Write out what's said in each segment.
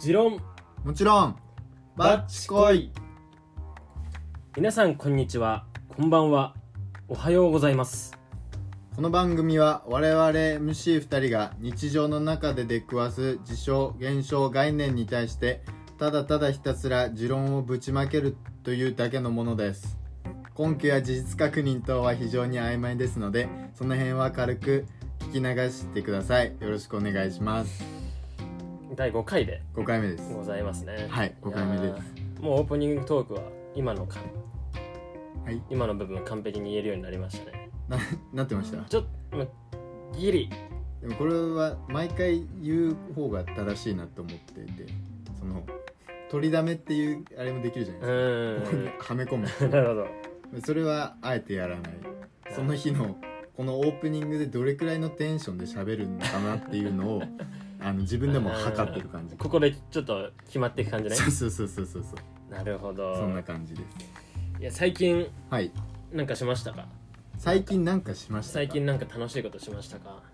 持論もちろんバッチコイ。 皆さんこんにちは、こんばんは、おはようございます。 この番組は我々 MC2 人が日常の中で出くわす事象、現象、概念に対してただただひたすら持論をぶちまけるというだけのものです。根拠や事実確認等は非常に曖昧ですので、その辺は軽く聞き流してください。よろしくお願いします。 第5回で 5回目です。 ございますね。 はい、5回目です。 もうオープニングトークは今の部分完璧に言えるようになりましたね。 なってました。 ちょっとギリ。 でもこれは毎回言う方が正しいなと思っていて、その取りだめっていうあれもできるじゃないですか。ここにはめ込むなるほど。 それはあえてやらない。その日のこのオープニングでどれくらいのテンションで喋るのかなっていうのを自分でも測ってる感じ。 ここでちょっと決まっていく感じね。 そうなるほど。 そんな感じです。 いや最近はいなんかしましたか？ 最近なんかしましたか？ 最近なんか楽しいことしましたか？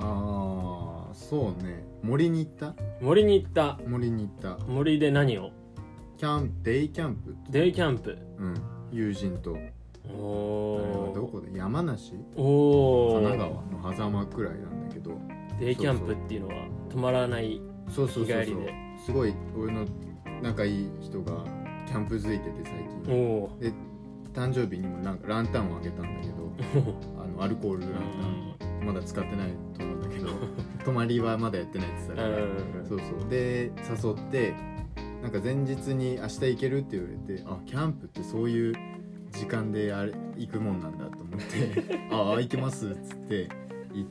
そうね、森に行った。 森に行った。森で何を？ デイキャンプ。友人と。どこで？山梨？神奈川の狭間くらいなんだけど。 デイキャンプっていうのは泊まらない日帰りで。 すごい俺の仲いい人がキャンプ付いてて最近。で誕生日にもなんかランタンをあげたんだけどアルコールランタンまだ使ってないと思うんだけど泊まりはまだやってないって言ってたから、で誘ってなんか前日に明日行けるって言われて、キャンプってそういう時間で行くもんなんだと思って行けますっつって行って、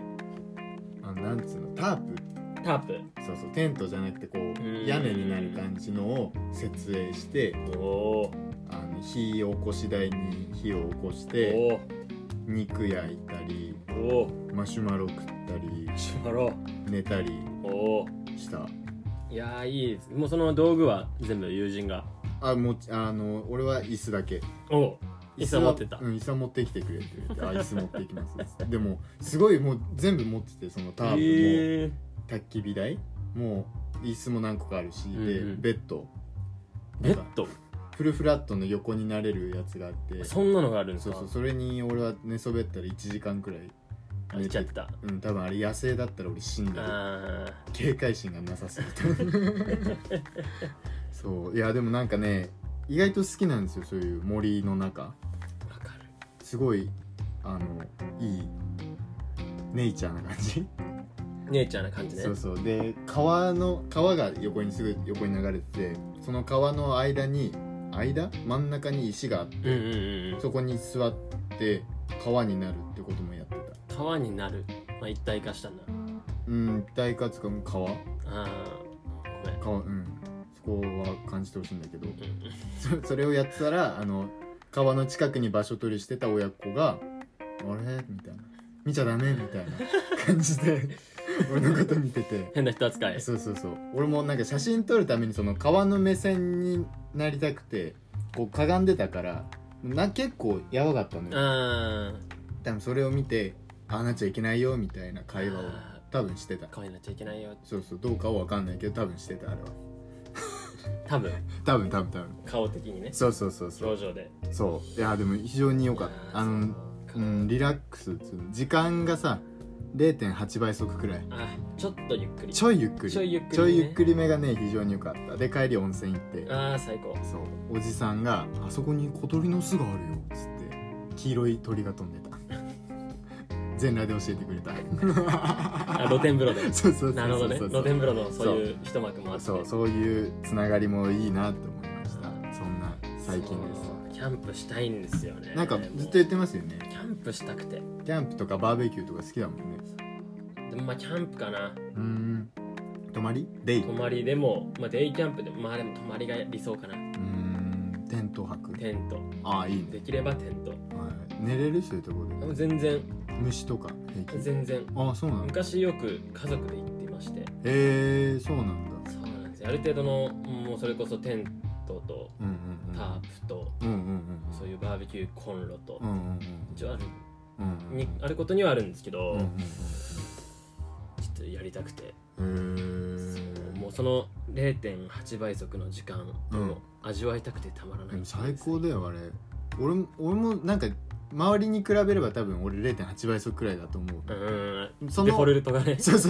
なんつうの、タープテントじゃなくてこう屋根になる感じのを設営して、火起こし台に火を起こして肉焼いたりマシュマロ食ったり寝たりした。 いやーいいです。もうその道具は全部友人が。 俺は椅子だけ。 椅子は持ってた。 椅子は持ってきてくれって言って椅子持ってきますでもすごいもう全部持ってて、そのタープも焚き火台もう椅子も何個かあるし、でベッドフルフラットの横になれるやつがあって、 そんなのがあるんですか？ それに俺は寝そべったら1時間くらい寝ちゃった。 多分あれ野生だったら俺死んだる。警戒心がなさすぎてそういやでもなんかね、意外と好きなんですよ、そういう森の中。わかる。 すごいいいネイチャーな感じ。 ネイチャーな感じね。 そうで川がすぐ横に流れてて、その川の真ん中に石があって、そこに座って川になるってこともやってた。 川になる、一体化したんだ。 一体化つか川。 ごめん。 川そこは感じてほしいんだけど、それをやってたら川の近くに場所取りしてた親子が「あれ?」みたいな「見ちゃダメ?」みたいな感じで俺のこと見てて変な人扱い。 そう俺もなんか写真撮るためにその川の目線になりたくてこうかがんでたから結構やばかったのよ。多分それを見てなっちゃいけないよみたいな会話を多分してた。 川になっちゃいけないよ。 どうかは分かんないけど多分してた。あれは多分顔的にね。 そう表情で。 いやでも非常に良かった。リラックス時間がさ 0.8 倍速くらい。 ちょっとゆっくり。 ちょいゆっくりめがね非常に良かった。で帰り温泉行って、 最高。 おじさんがあそこに小鳥の巣があるよっつって黄色い鳥が飛んでた。全裸で教えてくれた。 露天風呂で。なるほどね。露天風呂のそういう一幕もあって、 そういうつながりもいいなと思いました。そんな最近です。 キャンプしたいんですよね。 なんかずっと言ってますよね。 キャンプしたくて。 キャンプとかバーベキューとか好きだもんね。 でもキャンプかな。 泊まりでもデイキャンプでもでも泊まりが理想かな。 テント泊。 テント。 いいね。 できればテント。 寝れる？そういうところで。 全然。 虫とか平気？ 全然。 そうなんだ。 昔よく家族で行ってまして。 そうなんだ。 そうなんですよ。ある程度のもうそれこそテントとタープとそういうバーベキューコンロと一応あることにはあるんですけど、ちょっとやりたくて。もうその 0.8 倍速の時間を味わいたくてたまらない、 最高だよあれ。俺もなんか周りに比べれば多分俺 0.8 倍速くらいだと思う。 そのデフォルトがねそう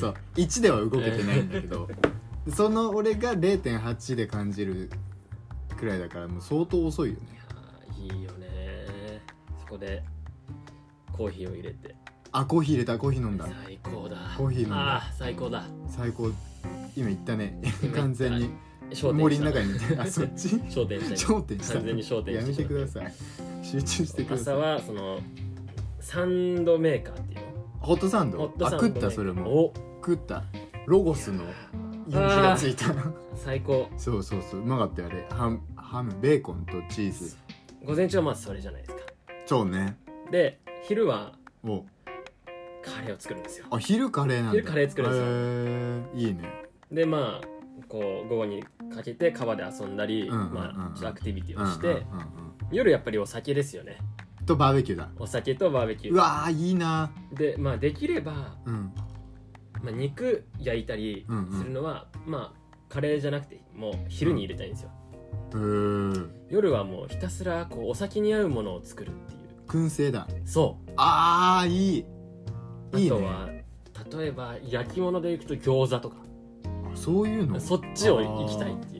1では動けてないんだけどその俺が 0.8 で感じるくらいだからもう相当遅いよね。 いやいいよね。そこでコーヒーを入れて、 コーヒー入れた。コーヒー飲んだ。 最高だ。 コーヒー飲んだ。 最高だ。 最高。今言ったね完全に焦点森の中にそっち焦点した焦点した。 完全に焦点した。 やめてください。集中してください。 朝はそのサンドメーカーっていうの、 ホットサンド。食った。それも食った。ロゴスの印字がついた最高。 そううまかったよあれ。ハムベーコンとチーズ。 午前中はまずそれじゃないですか。 そうね。 で昼はカレーを作るんですよ。 昼カレーなんだ。 昼カレー作るんですよ。 いいね。 でまあこう午後にかけて川で遊んだり、まあアクティビティをして、夜やっぱりお酒ですよね。 とバーベキューだ。 お酒とバーベキュー。 うわーいいな。 でまあできれば、まあ、肉焼いたりするのは、まあカレーじゃなくてもう昼に入れたいんですよ。夜はもうひたすらこうお酒に合うものを作るっていう燻製だ。 そう。 いいね。 あとは例えば焼き物でいくと餃子とか、 そういうのそっちを行きたいっていう。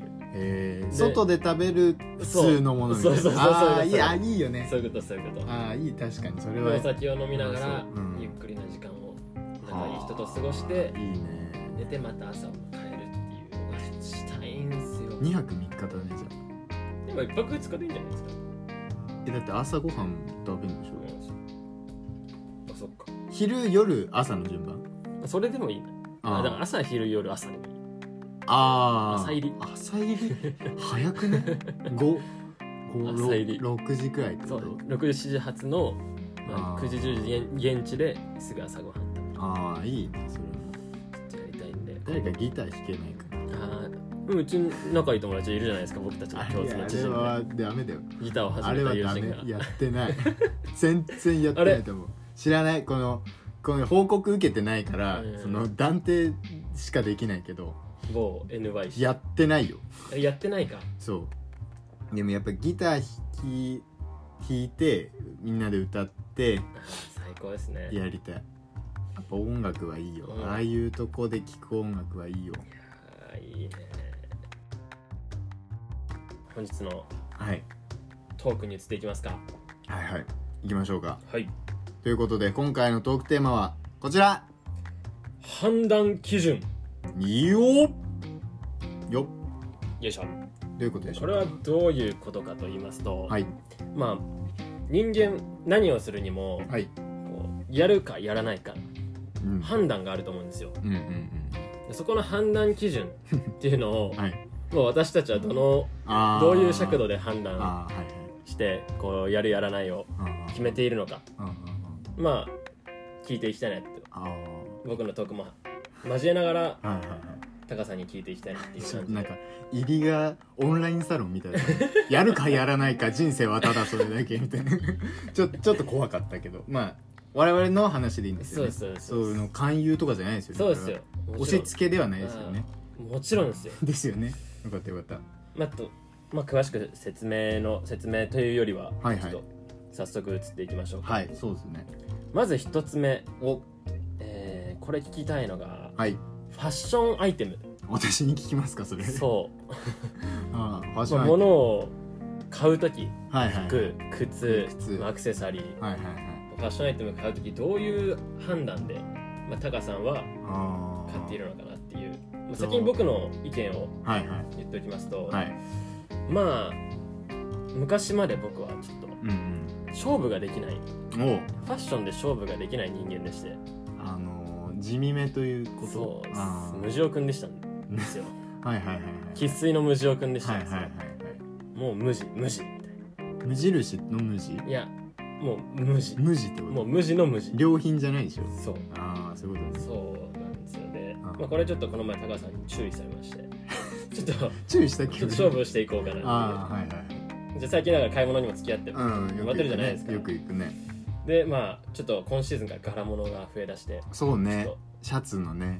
外で食べる普通のものみたいな。 そういいよね。 そういうこと。 いい。確かにそれは。 お酒を飲みながらゆっくりな時間を仲いい人と過ごしていいね。 寝てまた朝を迎えるっていうのがしたいんですよ。 2泊3日だね。じゃあでも1泊2日でいいんじゃないですか。 だって朝ごはん食べるんでしょ。 そっか。 昼夜朝の順番。 それでもいいな。だから朝昼夜朝でもいい。 朝入り早くね。6時くらいってこと。 そう6時7時発の、9時10時現地ですぐ朝ごはん食べる。 いいね。それもやりたいんで。 誰かギター弾けないかな。 うち仲いい友達いるじゃないですか。僕たちの共通の知人で。 あれはダメだよ。 ギターを始めた友人が。 あれはダメ。やってない全然やってないと思う。知らない。この報告受けてないから、その断定しかできないけど、 某 NY やってないよ。 やってないか。 そうでもやっぱギター弾いてみんなで歌って最高ですね。 やりたい。やっぱ音楽はいいよ。ああいうとこで聴く音楽はいいよ。 いいね。本日のトークに移っていきますか。 はい行きましょうか。 はい。 ということで今回のトークテーマはこちら。 判断基準。 よいしょ。 どういうことでしょうか。 これはどういうことかと言いますと、まあ人間何をするにも、こうやるかやらないか、判断があると思うんですよ。そこの判断基準っていうのを、もう私たちはどういう尺度で判断してこうやるやらないを決めているのか、まあ聞いていきたいなって。僕のトークも交えながらタカさんに聞いていきたいなっていう感じで。 なんか入りがオンラインサロンみたいなやるかやらないか人生はただそれだけみたいなちょっと怖かったけど、まあ我々の話でいいんですよね。そうの勧誘とかじゃないですよね。 そうですよ。 押し付けではないですよね。 もちろんですよ。 ですよね。よかった。 詳しく説明というよりは、ちょっと早速移っていきましょうか。 そうですね。 まず一つ目、これ聞きたいのが、ファッションアイテム。 私に聞きますかそれ。 そうファッションアイテム。 物を買うとき、服、靴、アクセサリー、ファッションアイテム買うときどういう判断で、タカさんは買っているのかなっていう。先に僕の意見を言っておきますと、まあ昔まで僕はちょっと勝負ができない、ファッションで勝負ができない人間でして、 地味めということ。 そうです。無地をくんでしたんですよ。生粋の無地をくんでしたんですよ。もう無地みたいな。 無印の無地？ いやもう無地ってこと。もう無地の無地。 良品じゃないでしょ。 そう。 そういうことね。 そうなんですよね。これちょっとこの前高橋さんに注意されまして、ちょっと注意したっけ？ 勝負をしていこうかなっていう。じゃあ最近だから買い物にも付き合ってもらってるじゃないですか。 よく行くね。 でちょっと今シーズンから柄物が増えだして。 そうね。シャツのね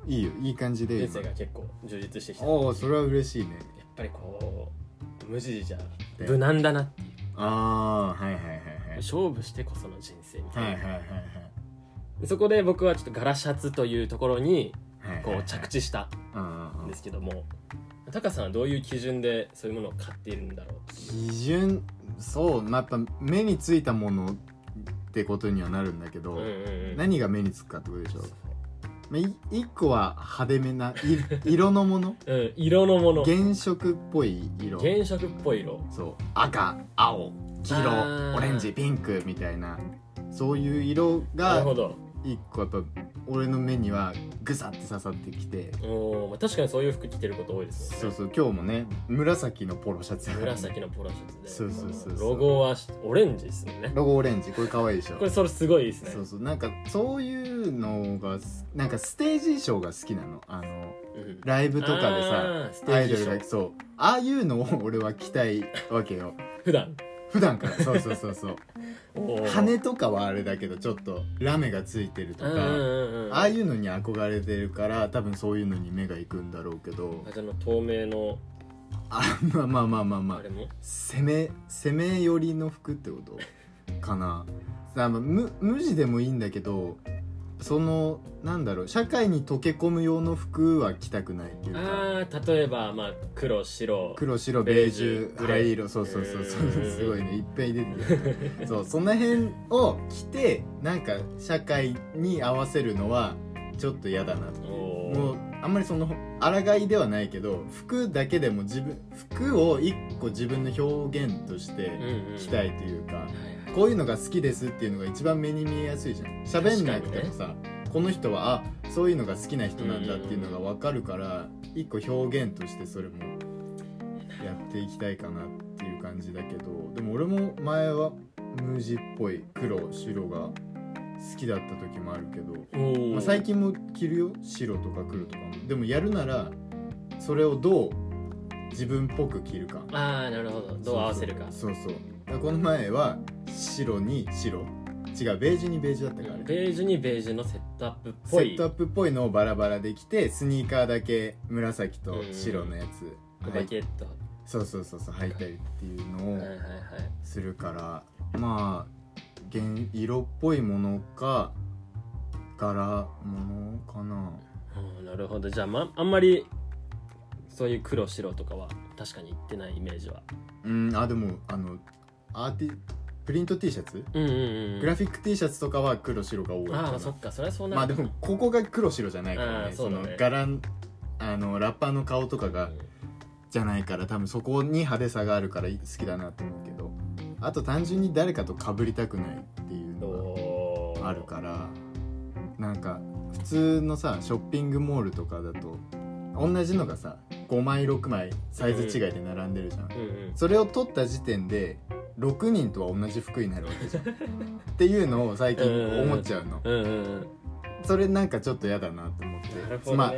いいよ、いい感じで人生が結構充実してきた。 おお、それは嬉しいね。 やっぱりこう無地じゃ無難だなっていう。 ああ、はいはいはいはい。 勝負してこその人生みたいな。 はいはいはいはい。 そこで僕はちょっと柄シャツというところにこう着地したんですけども、タカさんはどういう基準でそういうものを買っているんだろう。 基準、そう、やっぱ目についたものってことにはなるんだけど、何が目につくかってことでしょ。一個は派手めな色のもの、 色のもの、 原色っぽい色、 原色っぽい色、 そう、赤、青、黄色、オレンジ、ピンクみたいな、そういう色が一個やっぱ俺の目にはグサって刺さってきて。 確かにそういう服着てること多いですもんね。そうそう、今日もね紫のポロシャツ、 紫のポロシャツで、 そうロゴはオレンジですね。 ロゴオレンジ、これ可愛いでしょ。 これそれすごいですね。 そうそう、なんかそういうのがなんかステージ衣装が好きなの。ライブとかでさ、アイドルがそうああいうのを俺は着たいわけよ。普段から。そうそうそうそう羽とかはあれだけどちょっとラメがついてるとか、ああいうのに憧れてるから多分そういうのに目がいくんだろうけど。 透明のまあ攻め寄りの服ってことかな。無地でもいいんだけど、そのなんだろう、社会に溶け込む用の服は着たくないっていうか。 例えば黒白ベージュ灰色、そうすごいね、いっぱい出てるその辺を着てなんか社会に合わせるのはちょっと嫌だなっていう。もうあんまりその抗いではないけど、服だけでも服を一個自分の表現として着たいというか、こういうのが好きですっていうのが一番目に見えやすいじゃん。喋んなくてもさ、この人はそういうのが好きな人なんだっていうのが分かるから、一個表現としてそれもやっていきたいかなっていう感じだけど、でも俺も前は無地っぽい黒白が好きだった時もあるけど、最近も着るよ、白とか黒とかも。でもやるならそれをどう自分っぽく着るか。 なるほど、どう合わせるか。 そうこの前は白に白、違う、ベージュにベージュだったから、 ベージュにベージュのセットアップっぽいのをバラバラで着て、スニーカーだけ紫と白のやつ、 バケット、 そう履いたりっていうのをするから、まあ色っぽいものか柄ものかな。 なるほど。じゃあ、あんまりそういう黒白とかは確かに言ってないイメージは。 でもプリント T シャツ、グラフィック T シャツとかは黒白が多いかな。 そっか、それはそうなんだ。 でもここが黒白じゃないからね。その柄、ラッパーの顔とかがじゃないから、多分そこに派手さがあるから好きだなと思うけど、あと単純に誰かと被りたくないっていうのがあるから、なんか普通のさショッピングモールとかだと同じのがさ5枚6枚サイズ違いで並んでるじゃん、それを取った時点で6人とは同じ服になるわけじゃんっていうのを最近思っちゃうの。それなんかちょっと嫌だなと思って、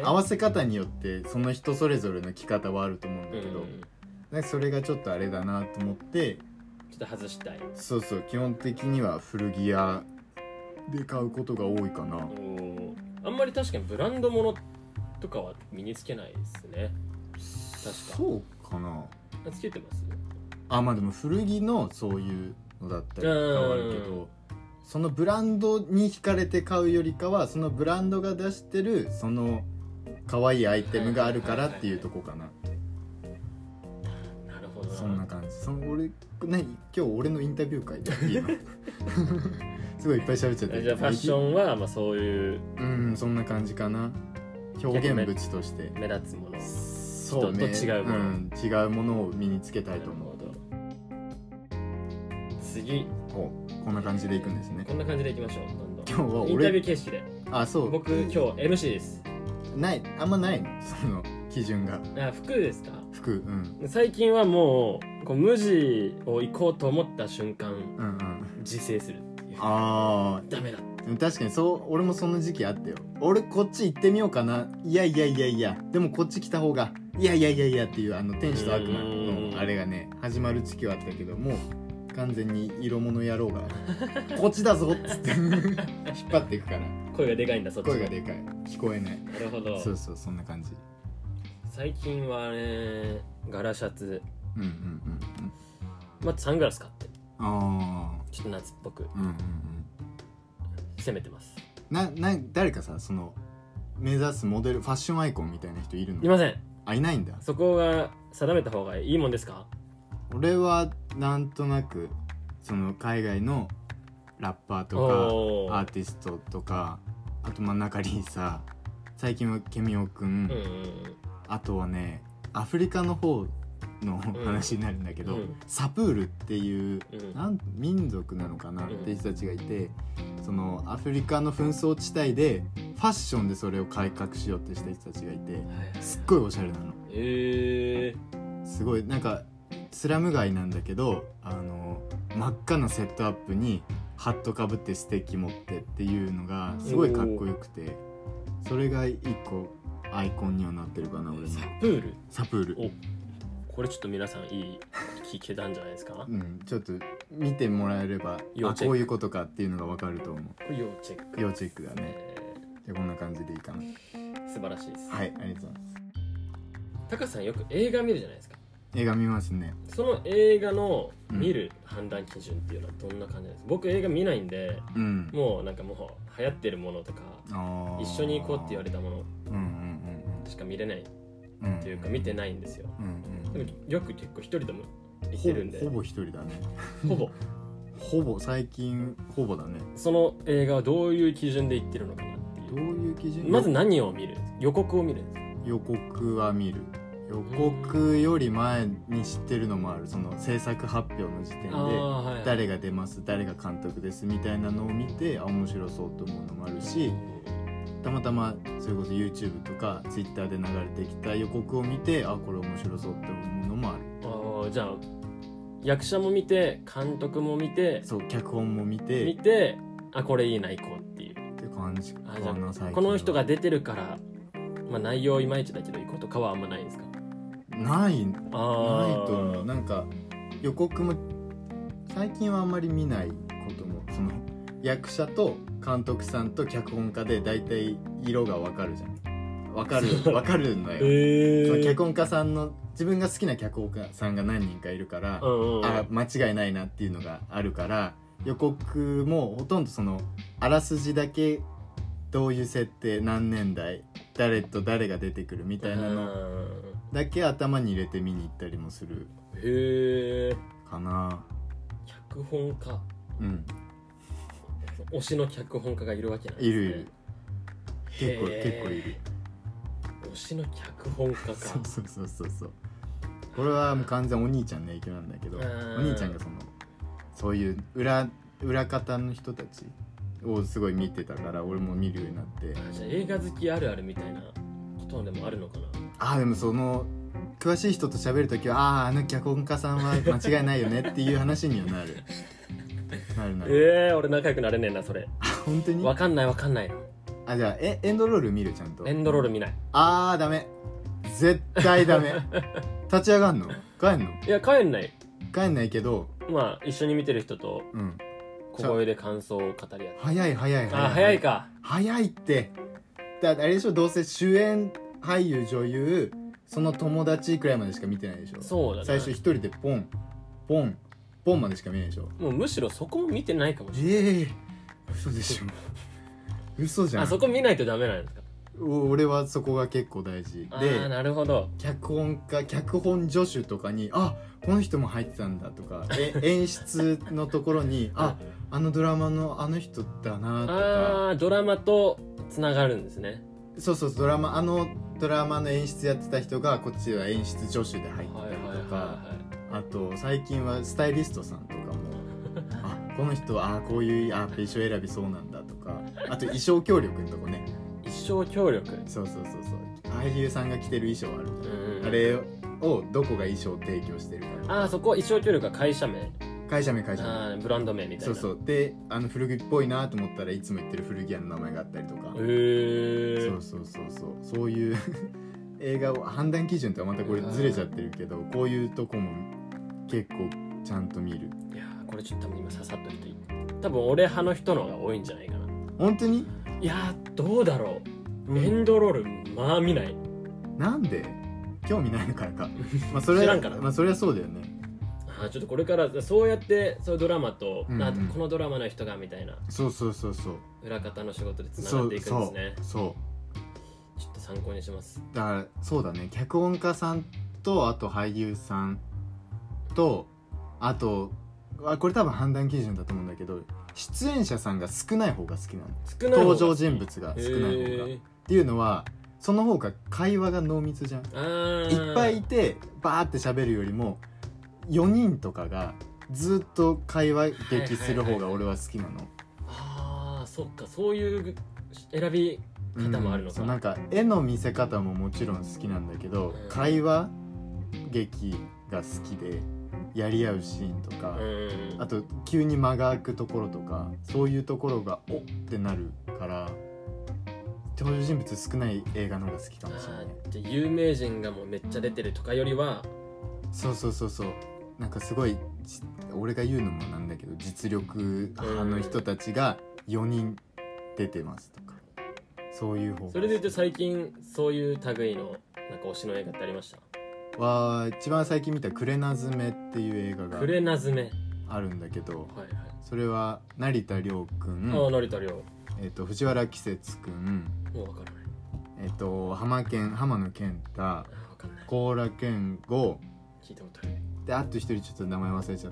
合わせ方によってその人それぞれの着方はあると思うんだけど、なんかそれがちょっとあれだなと思ってちょっと外したい。 そう基本的には古着屋で買うことが多いかな。 あんまり確かにブランド物とかは身につけないですね。確かそうかな。 つけてます？ でも古着のそういうのだったりとかはあるけど、そのブランドに惹かれて買うよりかは、そのブランドが出してるその可愛いアイテムがあるからっていうとこかな。 なるほど。 そんな感じ。今日俺のインタビュー会でいいのすごいいっぱい喋っちゃって。 じゃあファッションはそういうそんな感じかな。表現物として目立つもの、 そうね、 人と違うもの、 違うものを身につけたいと思う。 次こんな感じでいくんですね。 こんな感じでいきましょう。 今日はインタビュー形式で。 そう。 僕今日 MC です。 あんまないのその基準が。 服ですか？ 服。 最近はもう無地を行こうと思った瞬間、自制するっていう。ダメだ。 確かに俺もその時期あったよ。俺こっち行ってみようかな。いやでもこっち来た方がいやっていう天使と悪魔のあれがね始まる時期はあったけど、もう完全に色物野郎がこっちだぞっつって引っ張っていくから、 声がでかいんだ。そっち声がでかい、聞こえない。 なるほど。 そうそう、そんな感じ。 最近はね、柄シャツ、 うんうんうんうん、 まあサングラス買って、 あちょっと夏っぽく、 うんうんうん、 攻めてます。 誰かさ、その目指すモデル、ファッションアイコンみたいな人いるの？ いません。 あ、いないんだ。 そこが定めた方がいいもんですか？ 俺はなんとなくその海外のラッパーとかアーティストとか、あと真ん中にさ、最近はケミオくん、あとはねアフリカの方の話になるんだけど、サプールっていう、民族なのかなっていう人たちがいて、そのアフリカの紛争地帯でファッションでそれを改革しようってした人たちがいて、すっごいおしゃれなの。すごいなんかスラム街なんだけど、真っ赤なセットアップにハットかぶってステッキ持ってっていうのがすごいかっこよくて、それが一個アイコンにはなってるかな、俺の。サプール。 お、これちょっと皆さんいい聞けたんじゃないですか？ うん、ちょっと見てもらえれば、あ、こういうことかっていうのが分かると思う。 要チェック。 要チェックだね。じゃあこんな感じでいいかな。 素晴らしいです。 はい、ありがとうございます。 タカさんよく映画見るじゃないですか。 映画見ますね。 その映画の見る判断基準っていうのはどんな感じなんですか？僕映画見ないんで、もうなんかもう流行ってるものとか一緒に行こうって言われたものしか見れないっていうか見てないんですよ。でもよく結構一人でも行ってるんで。 ほぼ一人だね。 ほぼ最近ほぼだね。 その映画はどういう基準で行ってるのかなっていう。 どういう基準？ まず何を見る？予告を見るんですか？ 予告は見る。予告より前に知ってるのもある。その制作発表の時点で誰が出ます、誰が監督ですみたいなのを見て、面白そうと思うのもあるし、たまたまそれこそ YouTube とか Twitter で流れてきた予告を見て、これ面白そうって思うのもある。 じゃあ役者も見て監督も見て、 そう、脚本も見てこれいいな行こうっていう感じかな。 じゃあこの人が出てるから、内容いまいちだけど行こうとかはあんまないんですか？ないと思う。なんか予告も最近はあんまり見ないことも、その役者と監督さんと脚本家でだいたい色が分かるじゃん。分かるんだよ。その脚本家さんの、自分が好きな脚本家さんが何人かいるから、間違いないなっていうのがあるから、予告もほとんどそのあらすじだけ、どういう設定、何年代、誰と誰が出てくるみたいなのだけ頭に入れて見に行ったりもする。かな。 脚本家。推しの脚本家がいるわけなんですね。いる。結構いる。推しの脚本家か。 そう。これはもう完全お兄ちゃんの影響なんだけど、お兄ちゃんがそういう裏方の人たちをすごい見てたから、俺も見るようになって。 じゃあ映画好きあるあるみたいなことでもあるのかな。 でもその詳しい人と喋るときは、あの脚本家さんは間違いないよねっていう話にはなる。 俺仲良くなれねえなそれ。 本当に？ わかんない。 じゃあエンドロール見る？ちゃんと。 エンドロール見ない。 ダメ。絶対ダメ。立ち上がんの？帰んの？ いや帰んない。 けど、 一緒に見てる人と小声で感想を語り合って。 早い。 早いか。 早いって。あれでしょ、どうせ主演俳優女優その友達くらいまでしか見てないでしょ。 そうだね。 最初一人でポンまでしか見ないでしょ。 もうむしろそこも見てないかもしれない。 嘘でしょ。嘘じゃん。 そこ見ないとダメなんですか？ 俺はそこが結構大事で。 なるほど。 脚本助手とかにこの人も入ってたんだとか、演出のところにあのドラマのあの人だなとか。 ドラマとつながるんですね。 そう、ドラマの演出やってた人がこっちは演出助手で入ってたりとか、あと最近はスタイリストさんとかもこの人はこういう衣装選びそうなんだとか、あと衣装協力のとこね。 衣装協力。そう。 俳優さんが着てる衣装あるじゃん。あれをどこが衣装提供してるか。 そこ衣装協力が会社名。 ブランド名みたいな。 そうで、古着っぽいなと思ったらいつも言ってる古着屋の名前があったりとか。そういう映画を判断基準とはまたこれずれちゃってるけど、こういうとこも結構ちゃんと見る。 いやこれちょっと多分今刺さった人多分俺派の人の方が多いんじゃないかな。 本当に？ いやどうだろう、エンドロールまあ見ない。 なんで？興味ないのからかまあそれ知らんから、 まあそれはそうだよね。 ちょっとこれからそうやってそういうドラマと、このドラマの人がみたいな、 そう裏方の仕事でつながっていくんですね。 そうちょっと参考にします。 だからそうだね、脚本家さんとあと俳優さんとあとこれ多分判断基準だと思うんだけど、出演者さんが少ない方が好きなの。登場人物が少ない方がっていうのは、その方が会話が濃密じゃん。いっぱいいてバーって喋るよりも4人とかがずっと会話劇する方が俺は好きなの。 ああそっか、そういう選び方もあるのか、 なんか絵の見せ方ももちろん好きなんだけど、会話劇が好きでやり合うシーンとか、あと急に間が空くところとか、そういうところがおってなるから登場人物少ない映画の方が好きかもしれない。 じゃあ有名人がもうめっちゃ出てるとかよりは、 そうなんかすごい俺が言うのもなんだけど、実力派の人たちが4人出てますとか、そういう方。 それで言うと最近そういう類のなんか推しの映画ってありました？ 一番最近見たクレナズメっていう映画があるんだけど、それは成田凌くん、 成田凌、 藤原季節くん、 もう分からない、浜野健太、高良健吾、 聞いたことある。 であと一人ちょっと名前忘れちゃって、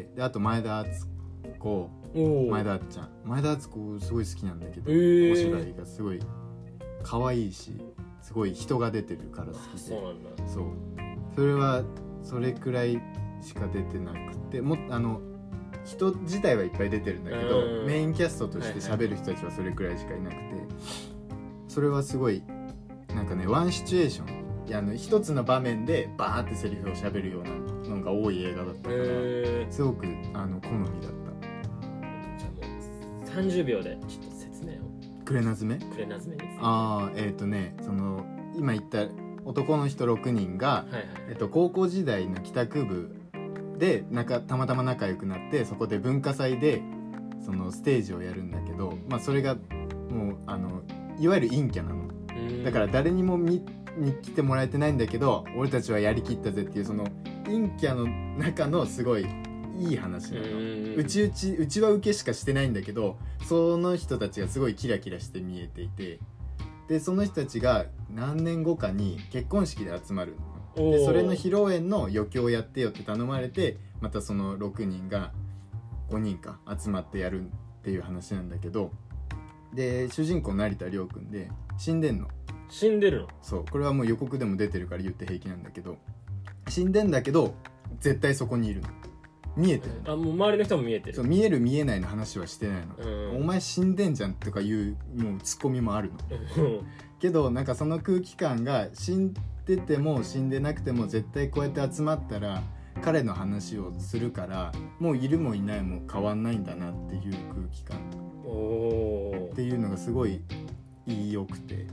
であと前田敦子、前田あっちゃん、前田敦子すごい好きなんだけど、お芝居がすごい可愛いし、すごい人が出てるから好きで。 そうなんだ。 そう、それはそれくらいしか出てなくて、も人自体はいっぱい出てるんだけど、メインキャストとして喋る人たちはそれくらいしかいなくて、それはすごいなんかね、ワンシチュエーション、一つの場面でバーってセリフを喋るようなのが多い映画だったから、すごく好みだった。 じゃあもう30秒でちょっと説明を。 クレナズメについて。その今言った男の人6人が、高校時代の帰宅部でたまたま仲良くなって、そこで文化祭でそのステージをやるんだけど、まあそれがもういわゆる陰キャなの。だから誰にも見に来てもらえてないんだけど、俺たちはやりきったぜっていう、その陰キャの中のすごいいい話なの。うちは受けしかしてないんだけど、その人たちがすごいキラキラして見えていて、でその人たちが何年後かに結婚式で集まるの。でそれの披露宴の余興をやってよって頼まれて、またその6人が5人か集まってやるっていう話なんだけど、で主人公成田凌くんで死んでるの。そう、これはもう予告でも出てるから言って平気なんだけど、死んでんだけど絶対そこにいるの。見えてる。 もう周りの人も見えてる。 そう、見える見えないの話はしてないの。お前死んでんじゃんとかいうもうツッコミもあるのけど、なんかその空気感が、死んでても死んでなくても絶対こうやって集まったら彼の話をするから、もういるもいないも変わんないんだなっていう空気感っていうのがすごい良くて。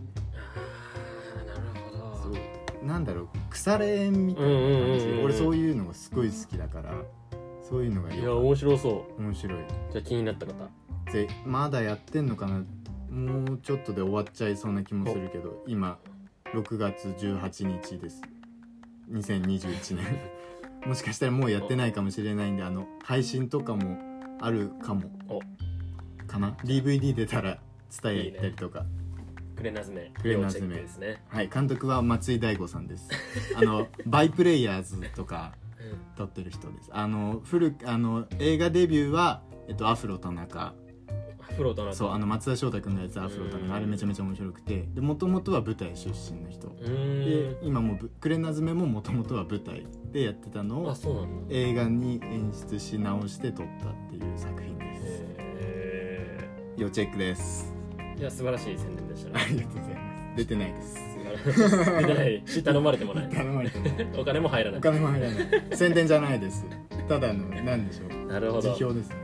なんだろう、腐れ縁みたいな感じ、俺そういうのがすごい好きだから、そういうのがいい。 いや面白そう。 面白い。 じゃあ気になった方で、まだやってんのかな、もうちょっとで終わっちゃいそうな気もするけど、今6月18日です、2021年もしかしたらもうやってないかもしれないんで、配信とかもあるかもかな。 DVD 出たらTSUTAYA行ったりとか。 クレナズメですね。 はい、監督は松井大悟さんですバイプレイヤーズとか撮ってる人です。映画デビューは、アフロ田中。そう、松田翔太君のやつ、アフロ田中、あれめちゃめちゃ面白くて、でもともとは舞台出身の人で、今もクレナズメももともとは舞台でやってたのを映画に演出し直して撮ったっていう作品です。要チェックです。 いや素晴らしい宣伝でしたね。 ありがとうございます。出てないです。 出てないし、頼まれてもない。お金も入らない。 宣伝じゃないです。ただの何でしょう。 なるほど。 辞表ですね。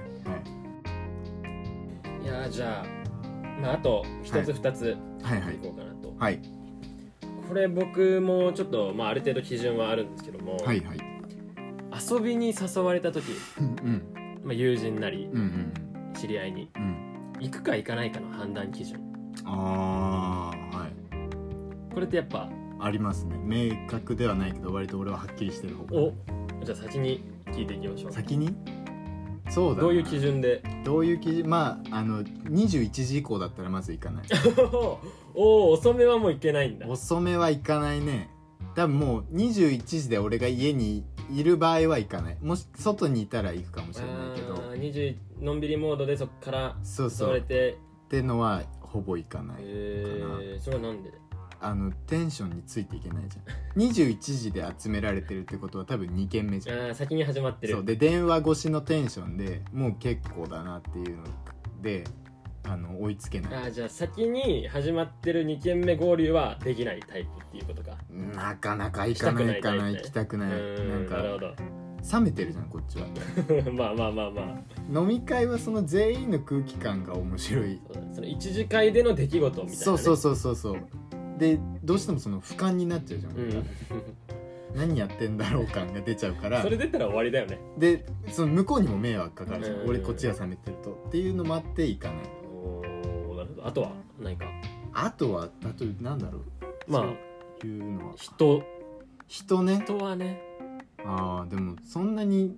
いやじゃあ、あと一つ二ついこうかなと。 はい。 これ僕もちょっとある程度基準はあるんですけども、遊びに誘われた時、友人なり知り合いに行くか行かないかの判断基準。 はい。 これってやっぱありますね。明確ではないけど割と俺ははっきりしてる方が。 お、じゃあ先に聞いていきましょう。 先に？そうだな。 どういう基準で？ どういう基準？まあ21時以降だったらまず行かない。 お、遅めはもう行けないんだ。 遅めは行かないね。多分もう21時で俺が家にいる場合は行かない。もし外にいたら行くかもしれないけど、 20のんびりモードでそっからそれてってのはほぼ行かないかな。 それはなんで？ テンションについていけないじゃん。21時で集められてるってことは多分2件目じゃん。 先に始まってる。 そうで電話越しのテンションでもう結構だなっていうので追いつけない。 じゃあ先に始まってる2件目合流はできないタイプっていうことか。 なかなか行かないかな。行きたくない。なんかなるほど。 冷めてるじゃんこっちは。 まあ飲み会はその全員の空気感が面白い。 その一次会での出来事みたいな、ね、 そうでどうしてもその俯瞰になっちゃうじゃん、何やってんだろう感が出ちゃうからそれ出たら終わりだよね。 でその向こうにも迷惑かかるじゃん、俺こっちが冷めてるとっていうのもあっていかない。 なるほど。あとは何か？ あとなんだろう、 まあそういうのは人ね。 人はね。 でもそんなに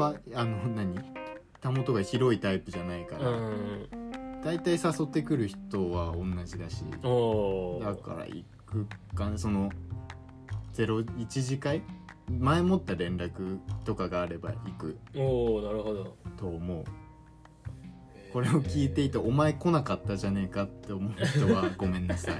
たもとが広いタイプじゃないから、大体誘ってくる人は同じだし、だから行くかね。その01次会前もった連絡とかがあれば行く。 なるほどと思う。これを聞いていてお前来なかったじゃねえかって思う人はごめんなさい。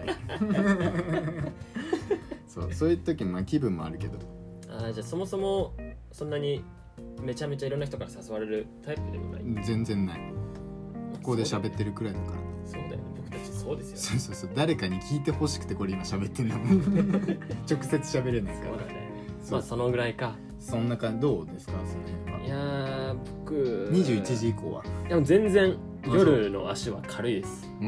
そういう時気分もあるけど。 じゃあそもそもそんなにめちゃめちゃいろんな人から誘われるタイプでもない？ 全然ない。ここで喋ってるくらいだから。 そうだよね、僕たちそうですよね。 そう誰かに聞いてほしくてこれ今喋ってんだもん。直接喋れないから。 そうだね。まあそのぐらいか。 そんな感じ。どうですかその辺は？ いや僕 21時以降はでも全然夜の足は軽いです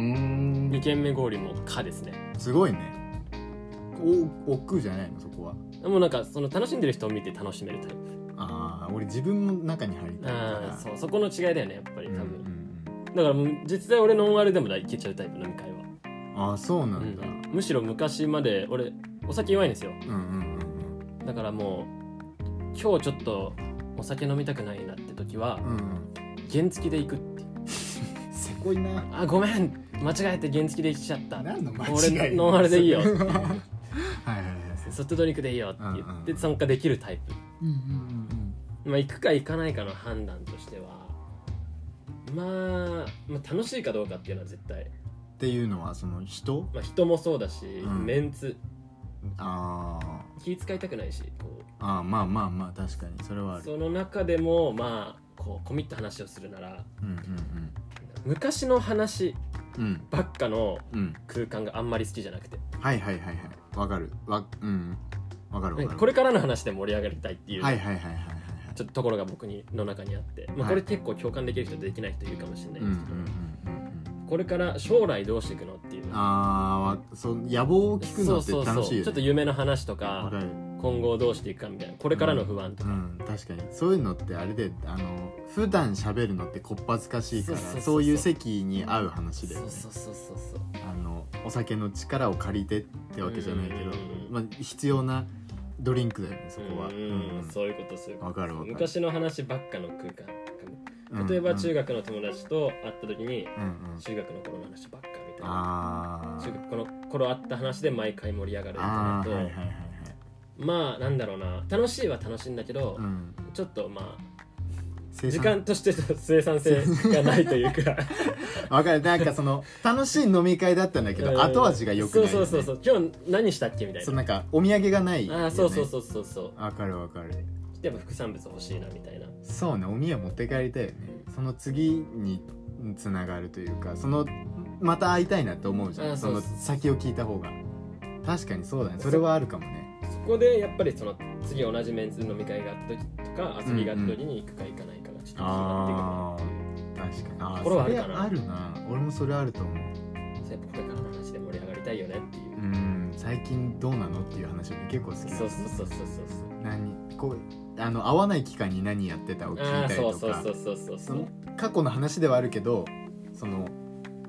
。2軒目合流も可ですね。 すごいね。億劫じゃないのそこは？ もうなんかその楽しんでる人を見て楽しめるタイプ。 俺自分の中に入りたいから。 そこの違いだよねやっぱり多分、だからもう実際俺ノンアルでもいけちゃうタイプ。飲み会は。 そうなんだ、 むしろ昔まで俺お酒弱いんですよ。だからもう今日ちょっとお酒飲みたくないなって時は、原付で行くっていう。 せこいな。 ごめん間違えて原付で行っちゃった。 何の間違い？ 俺ノンアルでいいよ。ソフトドリンクでいいよって言って参加できるタイプ。行くか行かないかの判断としては、まあ楽しいかどうかっていうのは絶対。 っていうのはその人？ 人もそうだし、メンツ。気遣いたくないしまあ確かにそれはある。 その中でもこうコミット話をするなら、昔の話ばっかの空間があんまり好きじゃなくて。 わかる。わかる。 これからの話で盛り上がりたいっていうちょっとところが僕の中にあって、これ結構共感できる人とできない人いるかもしれないんですけど、これから将来どうしていくのっていう。 野望を聞くのって楽しいよね。 ちょっと夢の話とか今後どうしていくかみたいな、これからの不安とか、 確かにそういうのってあれで普段喋るのってこっぱずかしいから、そういう席に合う話だよね。お酒の力を借りてってわけじゃないけど、必要なドリンクだよねそこは。 そういうことする。 わかる。 昔の話ばっかの空間。例えば中学の友達と会った時に、中学の頃の話ばっかみたいな。中学の頃あった話で毎回盛り上がるみたいなと、なんだろうな、楽しいは楽しいんだけど、ちょっと時間として生産性がないというか。 わかる。なんかその楽しい飲み会だったんだけど後味が良くない、ね。 そう今日何したっけみたいな。 なんかお土産がない、ね。 そう。 わかる。 やっぱ副産物欲しいなみたいな。 そうね、お土産持って帰りたいよね。その次につながるというか、また会いたいなって思うじゃん。その先を聞いた方が。確かにそうだね。それはあるかもね。 そこでやっぱりその次同じメンツ飲み会があった時とか遊びがあった時に行くか行かないかがちょっと違ってくるなっていう。確かに。ところはあるかな。あるな。俺もそれあると思う。 やっぱこれからの話で盛り上がりたいよねっていう。 最近どうなのっていう話は結構好きなんです。 そう。 会わない期間に何やってたを聞いたりとか。過去の話ではあるけど、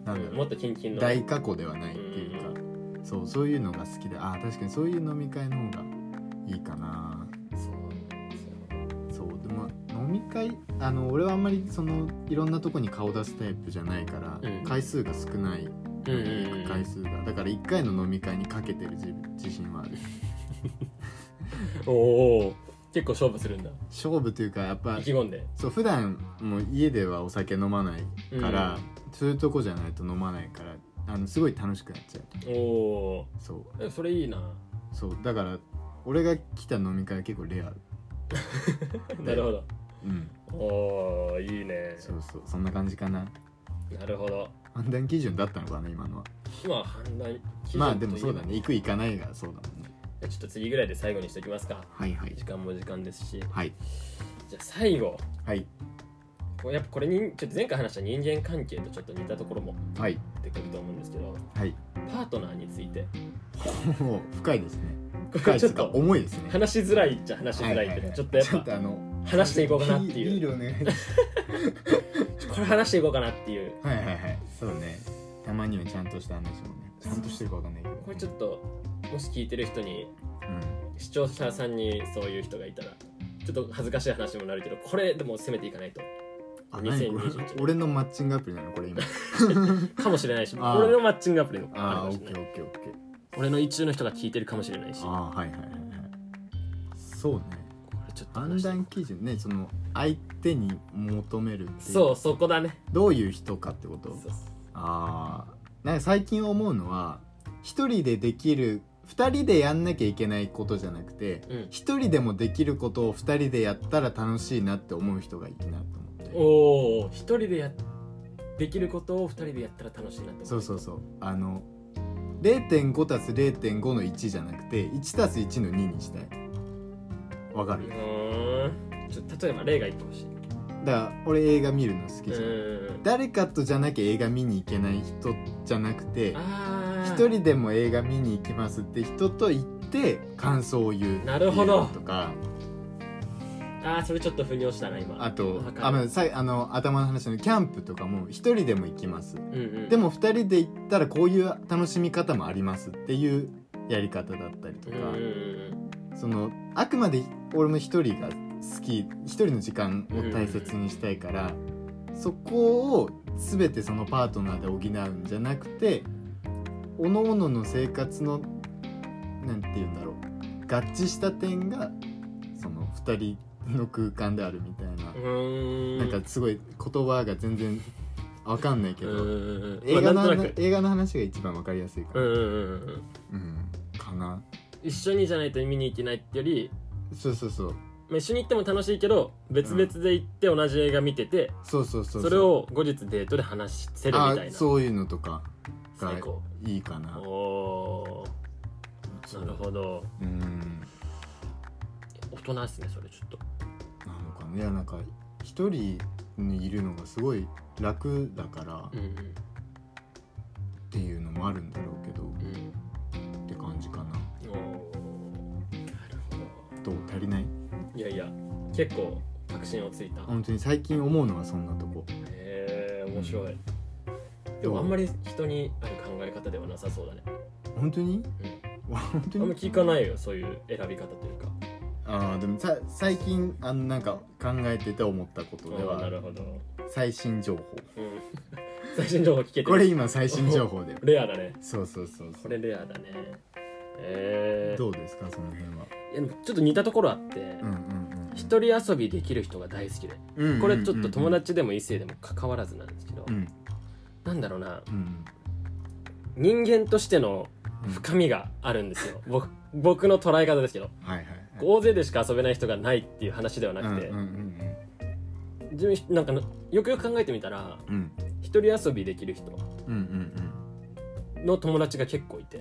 なんだろう、 もっとキンキンの大過去ではないっていうか、そういうのが好きで、確かにそういう飲み会の方がいいかな。そうでも飲み会俺はあんまりいろんなとこに顔出すタイプじゃないから、回数が少ない、行く回数がだから1回の飲み会にかけてる自信はあるおお、結構勝負するんだ。 勝負というかやっぱ意気込んで、 そう普段もう家ではお酒飲まないから、そういうとこじゃないと飲まないからすごい楽しくなっちゃう。 おお、それいいな。 そうだから俺が来た飲み会は結構レアなるほど。おお、いいね。 そうそんな感じかな。 なるほど。 判断基準だったのかな今のは。 まあ判断基準、 まあでもそうだね、行く行かないがそうだもんね。 ちょっと次ぐらいで最後にしておきますか。 はいはい。 時間も時間ですし。 はい。 じゃあ最後。 はい。 やっぱこれにちょっと前回話した人間関係とちょっと似たところも出てくると思うんですけど、 はい。 パートナーについて。 深いですね。 深い、ちょっと重いですね。 話しづらいっちゃ話しづらいって、ちょっとやっぱ話していこうかなっていう。 ビールお願いします。 これ話していこうかなっていう。 はいはいはい。そうね。たまにはちゃんとした話もね。ちゃんとしてるかわかんないけど。 これちょっともし聞いてる人に、視聴者さんにそういう人がいたら、ちょっと恥ずかしい話にもなるけど、これでも攻めていかないと。 2021年。俺のマッチングアプリなのこれ今。 かもしれないし、俺のマッチングアプリのかもしれない。オッケー。 俺の一中の人が聞いてるかもしれないし。 はい。そうね。判断基準ね、相手に求めるっていう。 そこだね。 どういう人かってこと。なんか最近思うのは、一人でできる、二人でやんなきゃいけないことじゃなくて、一人でもできることを二人でやったら楽しいなって思う人がいいなと思って。 おお、一人でできることを二人でやったら楽しいなと思う。 そう0.5 たす 0.5 の1じゃなくて1たす1の2にしたい。わかる？ 例えば例が1個欲しい。 だから俺映画見るの好きじゃん。誰かとじゃなきゃ映画見に行けない人じゃなくて、一人でも映画見に行きますって人と行って感想を言う。 なるほど。 とか。 それちょっと腑に落ちたな今。 あと頭の話のキャンプとかも一人でも行きます、でも二人で行ったらこういう楽しみ方もありますっていうやり方だったりとか、あくまで俺も一人が好き、一人の時間を大切にしたいから、そこを全てそのパートナーで補うんじゃなくて、各々の生活のなんて言うんだろう、合致した点がその二人の空間であるみたいな。なんかすごい言葉が全然わかんないけど、映画の話が一番わかりやすいから、かな。 一緒にじゃないと見に行けないってより、 そう一緒に行っても楽しいけど別々で行って同じ映画見てて、それを後日デートで話せるみたいな、 そういうのとかがいいかな。 おー、なるほど。大人ですねそれ。ちょっとなのかね。いやなんか一人にいるのがすごい楽だから、っていうのもあるんだろうけど、って感じかな。なるほど。どう足りない？ いや結構確信をついた。 本当に最近思うのはそんなとこ。 面白い。でもあんまり人にある考え方ではなさそうだね。 本当に？ 本当にあんま聞かないよそういう選び方というか。 でも最近なんか考えてて思ったことでは、 なるほど、 最新情報、 最新情報聞けてる。 これ今最新情報でレアだね。 そうこれレアだね。 どうですかその辺は。 いやちょっと似たところあって、一人遊びできる人が大好きで、これちょっと友達でも異性でも関わらずなんですけど、なんだろうな、人間としての深みがあるんですよ。僕の捉え方ですけど、大勢でしか遊べない人がないっていう話ではなくて、なんかよくよく考えてみたら、一人遊びできる人の友達が結構いて、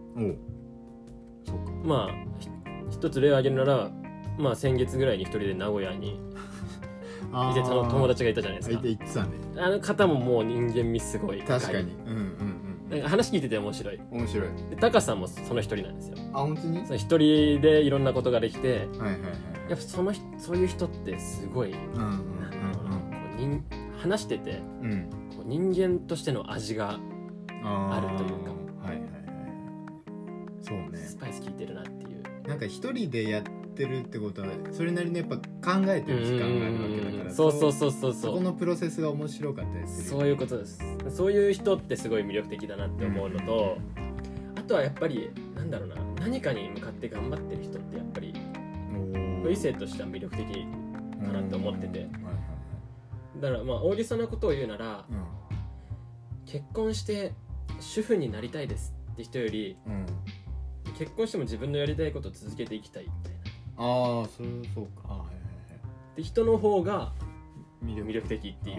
まあ一つ例を挙げるなら、まあ先月ぐらいに一人で名古屋にいてその友達がいたじゃないですか。 言ってたね。 あの方ももう人間味すごい高い。 確かに。 なんか話聞いてて面白い。でタカさんもその一人なんですよ。 本当に？ その一人でいろんなことができて、やっぱそういう人ってすごい、話してて、 人間としての味があるというか、 はいはいはい、そうね、 スパイス効いてるなっていう。 なんか一人でやってるってことはそれなりにやっぱ考えてる時間があるわけだから、 そこのプロセスが面白かったりする。 そういうことです。そういう人ってすごい魅力的だなって思うのと、あとはやっぱりなんだろうな、何かに向かって頑張ってる人ってやっぱり異性としては魅力的かなって思ってて、だからまあ大げさなことを言うなら、結婚して主婦になりたいですって人より、結婚しても自分のやりたいことを続けていきたいみたいな、 そうか、はいはいはい、 で人の方が魅力的っていう。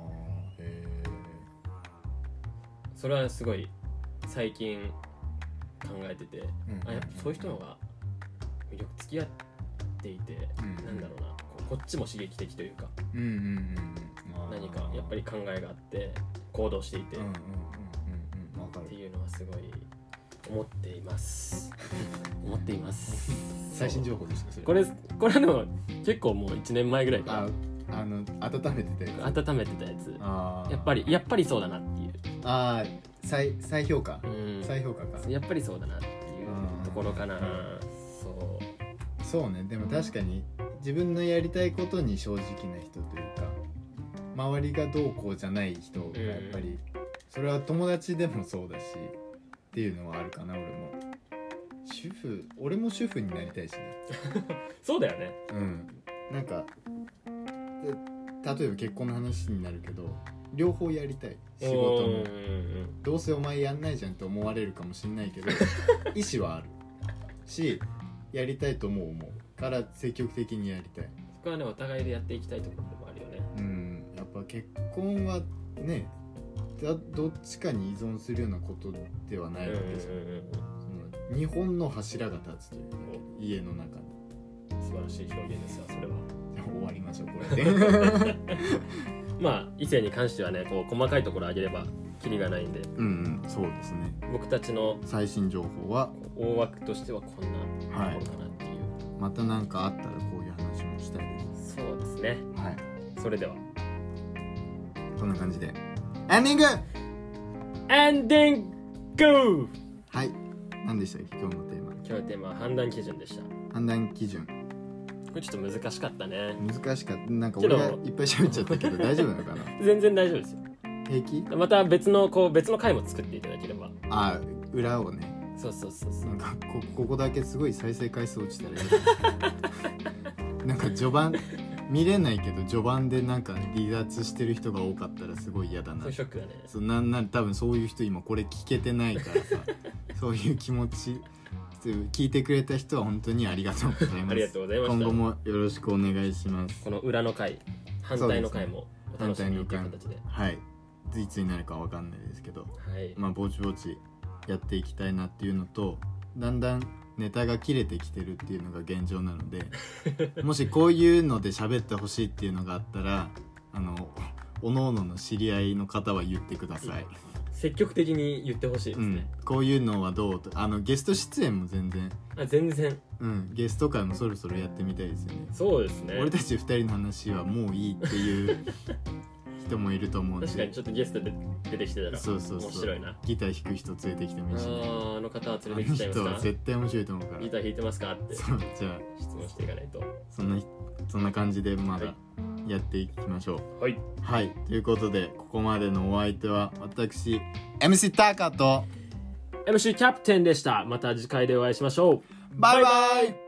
それはすごい最近考えてて、やっぱそういう人の方が魅力付き合っていて、なんだろうな、こっちも刺激的というか、何かやっぱり考えがあって行動していて、っていうのはすごい思っています思っています最新情報ですかそれ。 これの結構もう1年前ぐらいから温めてたやつやっぱりそうだなっていう、 再評価、再評価か、 やっぱりそうだなっていうところかな。 そうね。でも確かに自分のやりたいことに正直な人というか、周りがどうこうじゃない人がやっぱり、それは友達でもそうだしっていうのはあるかな。俺も主婦になりたいしねそうだよね。 なんか例えば結婚の話になるけど、両方やりたい。仕事もどうせお前やんないじゃんと思われるかもしれないけど意思はあるし、やりたいと思うから積極的にやりたい。 そこはね、お互いでやっていきたいところでもあるよね。 やっぱ結婚はね、どっちかに依存するようなことではないわけですよ。その日本の柱が立つというか、家の中に。 素晴らしい表現ですよ、それは。 終わりましょう、これでまあ異性に関してはね、こう細かいところ上げればキリがないんで、 そうですね。 僕たちの最新情報は大枠としてはこんなところかなっていう、 また何かあったらこういう話もしたいです。 そうですね。それではこんな感じでエンディングはい、何でしたっけ今日のテーマ。 今日のテーマは判断基準でした。 判断基準、 これちょっと難しかったね。 難しかった。なんか俺がいっぱい喋っちゃったけど大丈夫なのかな全然大丈夫ですよ。 平気？また別の回も作っていただければ。 裏をね。 そうなんかここだけすごい再生回数落ちたらなんか序盤見れないけど序盤でなんか離脱してる人が多かったらすごい嫌だな。 そうショックだね。 多分そういう人今これ聞けてないからさそういう気持ち聞いてくれた人は本当にありがとうございます。 ありがとうございました。 今後もよろしくお願いします。 この裏の回、反対の回もお楽しみにという形で、 いつになるかわかんないですけど、ぼちぼちやっていきたいなっていうのと、だんだんネタが切れてきてるっていうのが現状なのでもしこういうので喋ってほしいっていうのがあったらおのおのの知り合いの方は言ってください。 積極的に言ってほしいですね、 こういうのはどうと、ゲスト出演も全然ゲスト会もそろそろやってみたいですよね。 そうですね。 俺たち2人の話はもういいっていう人もいると思うんで、 確かにちょっとゲストで出てきてたら面白いな。 ギター弾く人連れてきてもいいし、 あの方は連れてきちゃいますか。 あの人は絶対面白いと思うから。 ギター弾いてますかってじゃあ質問していかないと。 そんな感じでまだやっていきましょう。はい、ということでここまでのお相手は私 MC タカと MC キャプテンでした。また次回でお会いしましょう。 バイバイ。